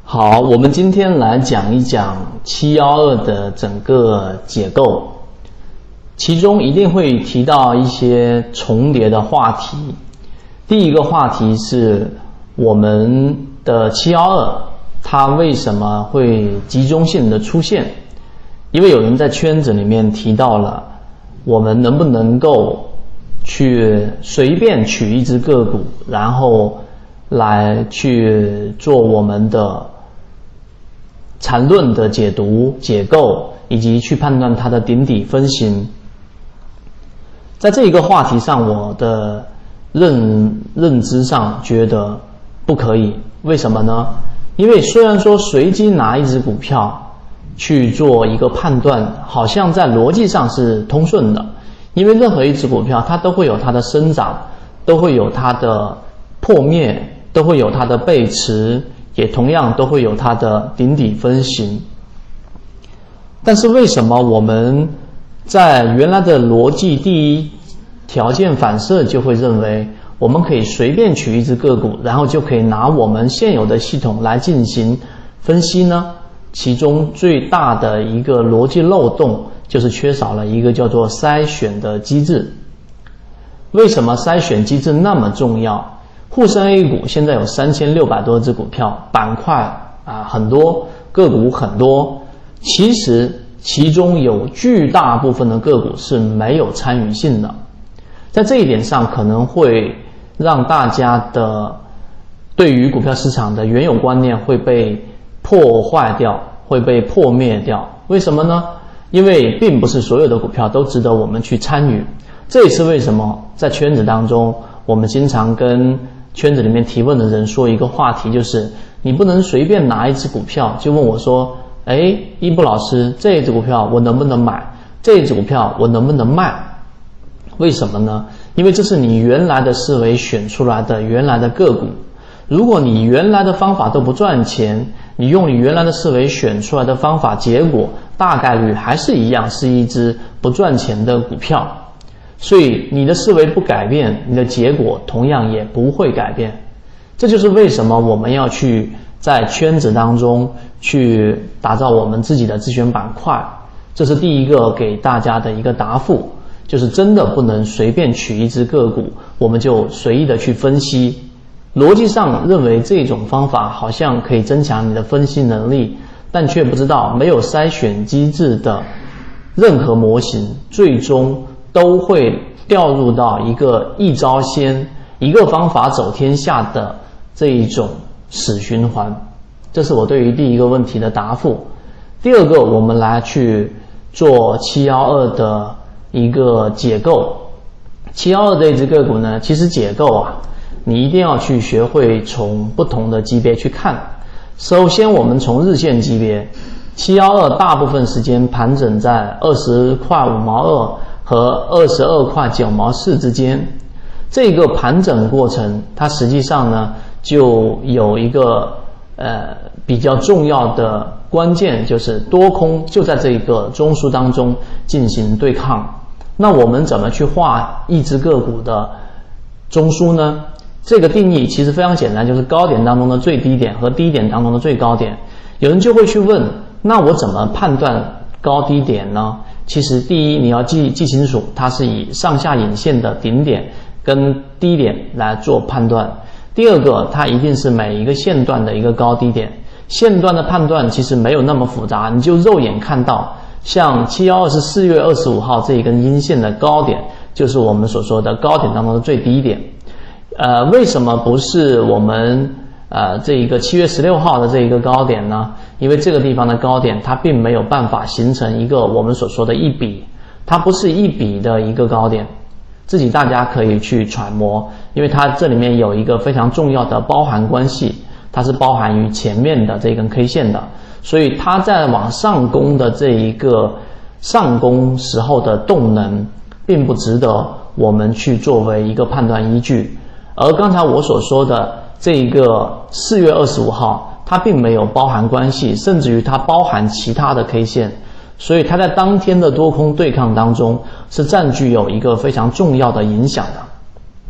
好，我们今天来讲一讲712的整个结构，其中一定会提到一些重叠的话题。第一个话题是我们的712它为什么会集中性的出现，因为有人在圈子里面提到了我们能不能够去随便取一只个股，然后来去做我们的缠论的解读解构，以及去判断它的顶底分型。在这一个话题上，我的认知上觉得不可以。为什么呢？因为虽然说随机拿一只股票去做一个判断，好像在逻辑上是通顺的，因为任何一只股票它都会有它的生长，都会有它的破灭，都会有它的背驰，也同样都会有它的顶底分型。但是为什么我们在原来的逻辑第一条件反射就会认为我们可以随便取一只个股，然后就可以拿我们现有的系统来进行分析呢？其中最大的一个逻辑漏洞就是缺少了一个叫做筛选的机制。为什么筛选机制那么重要？沪深 A 股现在有3600多只股票，板块很多，个股很多，其实其中有巨大部分的个股是没有参与性的。在这一点上可能会让大家的对于股票市场的原有观念会被破坏掉，会被破灭掉。为什么呢？因为并不是所有的股票都值得我们去参与。这也是为什么在圈子当中我们经常跟圈子里面提问的人说一个话题，就是你不能随便拿一只股票就问我说，一布老师，这一只股票我能不能买，这一只股票我能不能卖？为什么呢？因为这是你原来的思维选出来的原来的个股，如果你原来的方法都不赚钱，你用你原来的思维选出来的方法，结果大概率还是一样是一只不赚钱的股票。所以你的思维不改变，你的结果同样也不会改变。这就是为什么我们要去在圈子当中去打造我们自己的自选板块。这是第一个给大家的一个答复，就是真的不能随便取一只个股我们就随意的去分析。逻辑上认为这种方法好像可以增强你的分析能力，但却不知道没有筛选机制的任何模型最终都会掉入到一个一招鲜，一个方法走天下的这一种死循环。这是我对于第一个问题的答复。第二个，我们来去做712的一个解构。712这只个股呢，其实解构你一定要去学会从不同的级别去看。首先我们从日线级别，712大部分时间盘整在20块5毛2和22块9毛4之间。这个盘整过程它实际上呢就有一个比较重要的关键，就是多空就在这个中枢当中进行对抗。那我们怎么去画一只个股的中枢呢？这个定义其实非常简单，就是高点当中的最低点和低点当中的最高点。有人就会去问，那我怎么判断高低点呢？其实第一，你要记清楚，它是以上下影线的顶点跟低点来做判断。第二个，它一定是每一个线段的一个高低点。线段的判断其实没有那么复杂，你就肉眼看到，像712是4月25号这一根阴线的高点，就是我们所说的高点当中的最低点。为什么不是我们这一个7月16号的这一个高点呢？因为这个地方的高点它并没有办法形成一个我们所说的一笔，它不是一笔的一个高点，自己大家可以去揣摩，因为它这里面有一个非常重要的包含关系，它是包含于前面的这根 K 线的，所以它在往上攻的这一个上攻时候的动能并不值得我们去作为一个判断依据。而刚才我所说的这一个4月25号，它并没有包含关系，甚至于它包含其他的 K 线，所以它在当天的多空对抗当中是占据有一个非常重要的影响的。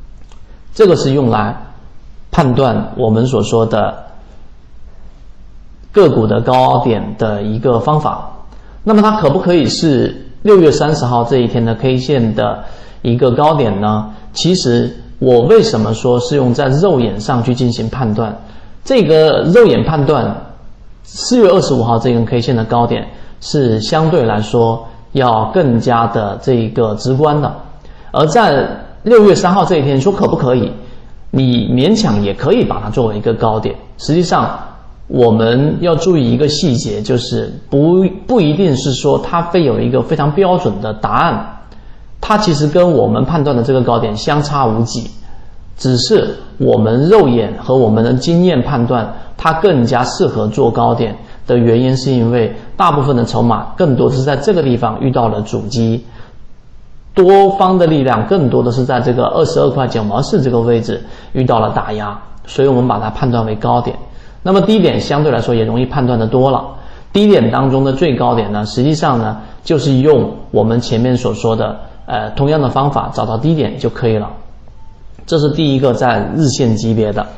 这个是用来判断我们所说的个股的高点的一个方法。那么它可不可以是6月30号这一天的 K 线的一个高点呢？其实我为什么说是用在肉眼上去进行判断？这个肉眼判断4月25号这根 K 线的高点是相对来说要更加的这个直观的。而在6月3号这一天说可不可以？你勉强也可以把它作为一个高点。实际上我们要注意一个细节，就是不一定是说它非有一个非常标准的答案，它其实跟我们判断的这个高点相差无几，只是我们肉眼和我们的经验判断它更加适合做高点的原因，是因为大部分的筹码更多的是在这个地方遇到了阻击，多方的力量更多的是在这个22块9毛4这个位置遇到了打压，所以我们把它判断为高点。那么低点相对来说也容易判断的多了，低点当中的最高点呢，实际上呢就是用我们前面所说的同样的方法找到低点就可以了。这是第一个在日线级别的。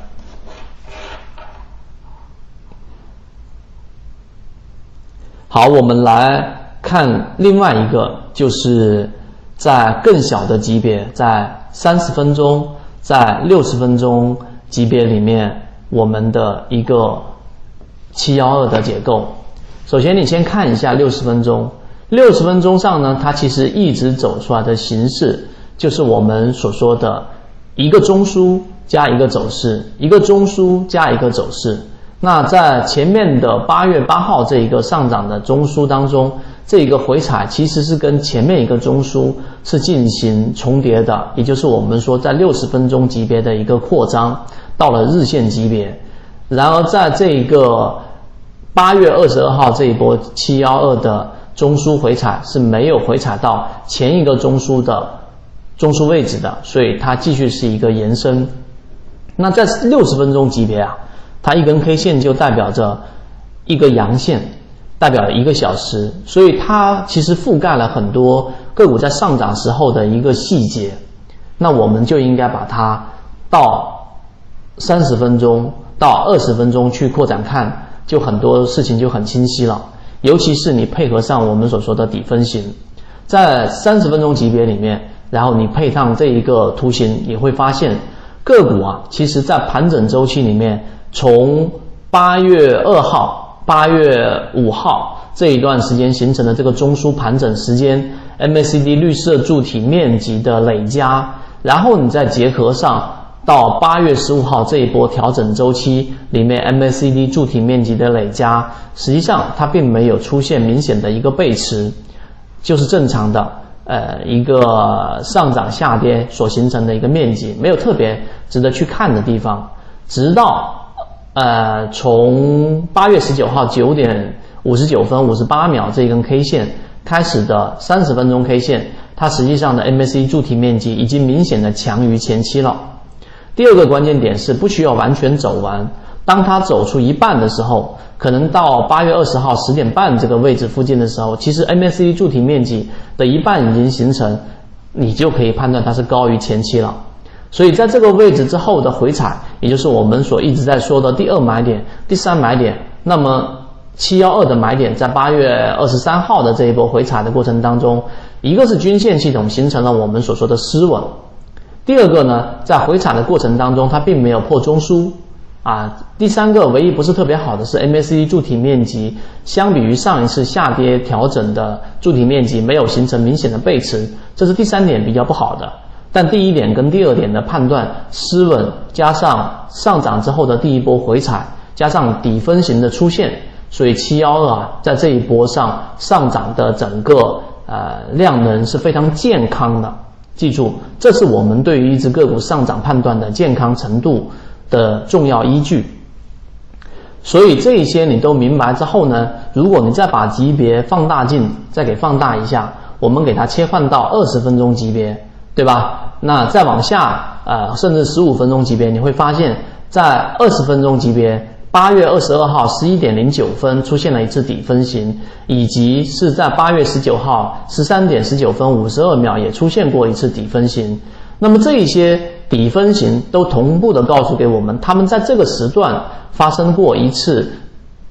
好，我们来看另外一个，就是在更小的级别，在30分钟、在60分钟级别里面，我们的一个712的结构。首先你先看一下60分钟，60分钟上呢，它其实一直走出来的形式就是我们所说的一个中枢加一个走势，一个中枢加一个走势。那在前面的8月8号这一个上涨的中枢当中，这一个回踩其实是跟前面一个中枢是进行重叠的，也就是我们说在60分钟级别的一个扩张到了日线级别。然而在这个8月22号这一波712的中枢回踩是没有回踩到前一个中枢的中枢位置的，所以它继续是一个延伸。那在60分钟级别啊，它一根 K 线就代表着一个阳线，代表了1个小时，所以它其实覆盖了很多个股在上涨时候的一个细节。那我们就应该把它到30分钟到20分钟去扩展看，就很多事情就很清晰了。尤其是你配合上我们所说的底分型，在30分钟级别里面，然后你配上这一个图形，也会发现个股啊，其实在盘整周期里面，从8月2号、8月5号这一段时间形成的这个中枢盘整时间 MACD 绿色柱体面积的累加，然后你再结合上到8月15号这一波调整周期里面 MACD 柱体面积的累加，实际上它并没有出现明显的一个背驰，就是正常的一个上涨下跌所形成的一个面积，没有特别值得去看的地方。直到从8月19号9点59分58秒这一根 K 线开始的30分钟 K 线，它实际上的 MACD 柱体面积已经明显的强于前期了。第二个关键点是不需要完全走完，当它走出一半的时候，可能到8月20号10点半这个位置附近的时候，其实 MACD 柱体面积的一半已经形成，你就可以判断它是高于前期了。所以在这个位置之后的回踩，也就是我们所一直在说的第2买点、第3买点，那么712的买点在8月23号的这一波回踩的过程当中，一个是均线系统形成了我们所说的失稳，第二个呢，在回踩的过程当中它并没有破中枢第三个唯一不是特别好的是 MACD 柱体面积相比于上一次下跌调整的柱体面积没有形成明显的背驰，这是第3点比较不好的。但第1点跟第2点的判断失稳，加上上涨之后的第一波回踩，加上底分型的出现，所以712在这一波上涨的整个量能是非常健康的。记住，这是我们对于一只个股上涨判断的健康程度的重要依据。所以这一些你都明白之后呢，如果你再把级别放大镜再给放大一下，我们给它切换到20分钟级别，对吧？那再往下甚至15分钟级别，你会发现在20分钟级别8月22号11点09分出现了一次底分型，以及是在8月19号13点19分52秒也出现过一次底分型。那么这一些底分型都同步的告诉给我们，他们在这个时段发生过一次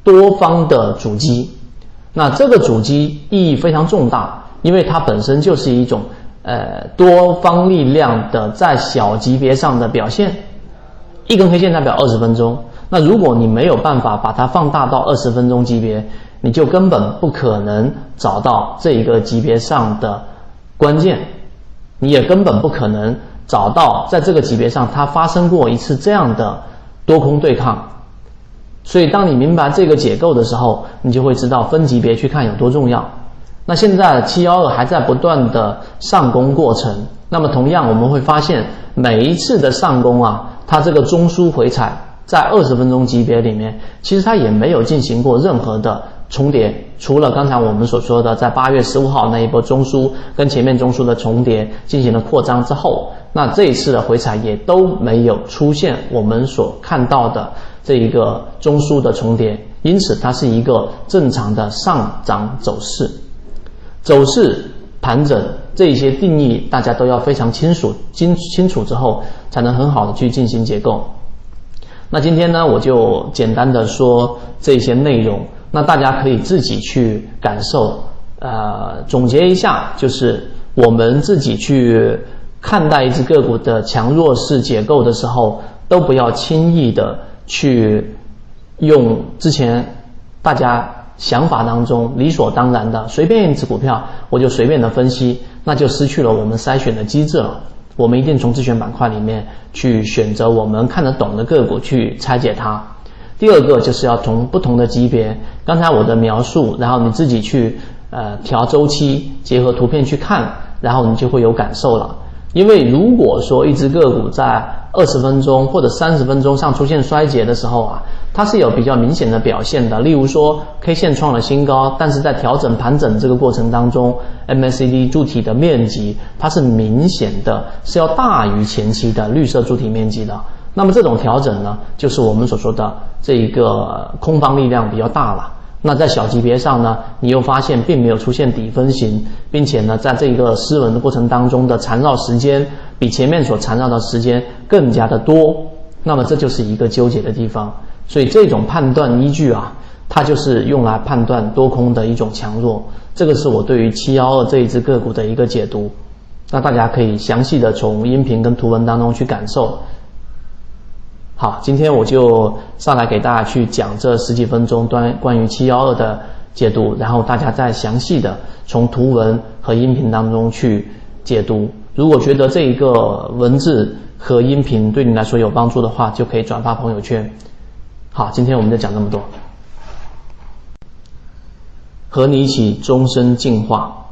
多方的主基。那这个主基意义非常重大，因为它本身就是一种多方力量的在小级别上的表现。一根 K 线代表20分钟，那如果你没有办法把它放大到20分钟级别，你就根本不可能找到这一个级别上的关键，你也根本不可能找到在这个级别上它发生过一次这样的多空对抗。所以当你明白这个结构的时候，你就会知道分级别去看有多重要。那现在712还在不断的上攻过程，那么同样我们会发现每一次的上攻啊，它这个中枢回踩在20分钟级别里面，其实它也没有进行过任何的重叠，除了刚才我们所说的在8月15号那一波中枢跟前面中枢的重叠进行了扩张之后，那这一次的回踩也都没有出现我们所看到的这一个中枢的重叠，因此它是一个正常的上涨走势。走势盘整这一些定义大家都要非常清楚之后，才能很好的去进行结构。那今天呢，我就简单的说这些内容，那大家可以自己去感受。总结一下，就是我们自己去看待一只个股的强弱势结构的时候，都不要轻易的去用之前大家想法当中理所当然的随便一只股票我就随便的分析，那就失去了我们筛选的机制了。我们一定从自选板块里面去选择我们看得懂的个股去拆解它。第二个就是要从不同的级别，刚才我的描述，然后你自己去调周期，结合图片去看，然后你就会有感受了。因为如果说一只个股在20分钟或者30分钟上出现衰竭的时候啊，它是有比较明显的表现的。例如说 K 线创了新高，但是在调整盘整这个过程当中， MACD 柱体的面积它是明显的是要大于前期的绿色柱体面积的。那么这种调整呢，就是我们所说的这一个空方力量比较大了。那在小级别上呢，你又发现并没有出现底分型，并且呢，在这个失稳的过程当中的缠绕时间比前面所缠绕的时间更加的多，那么这就是一个纠结的地方。所以这种判断依据啊，它就是用来判断多空的一种强弱。这个是我对于712这一只个股的一个解读，那大家可以详细的从音频跟图文当中去感受。好，今天我就上来给大家去讲这10几分钟关于712的解读，然后大家再详细的从图文和音频当中去解读。如果觉得这一个文字和音频对你来说有帮助的话，就可以转发朋友圈。好，今天我们就讲这么多，和你一起终身进化。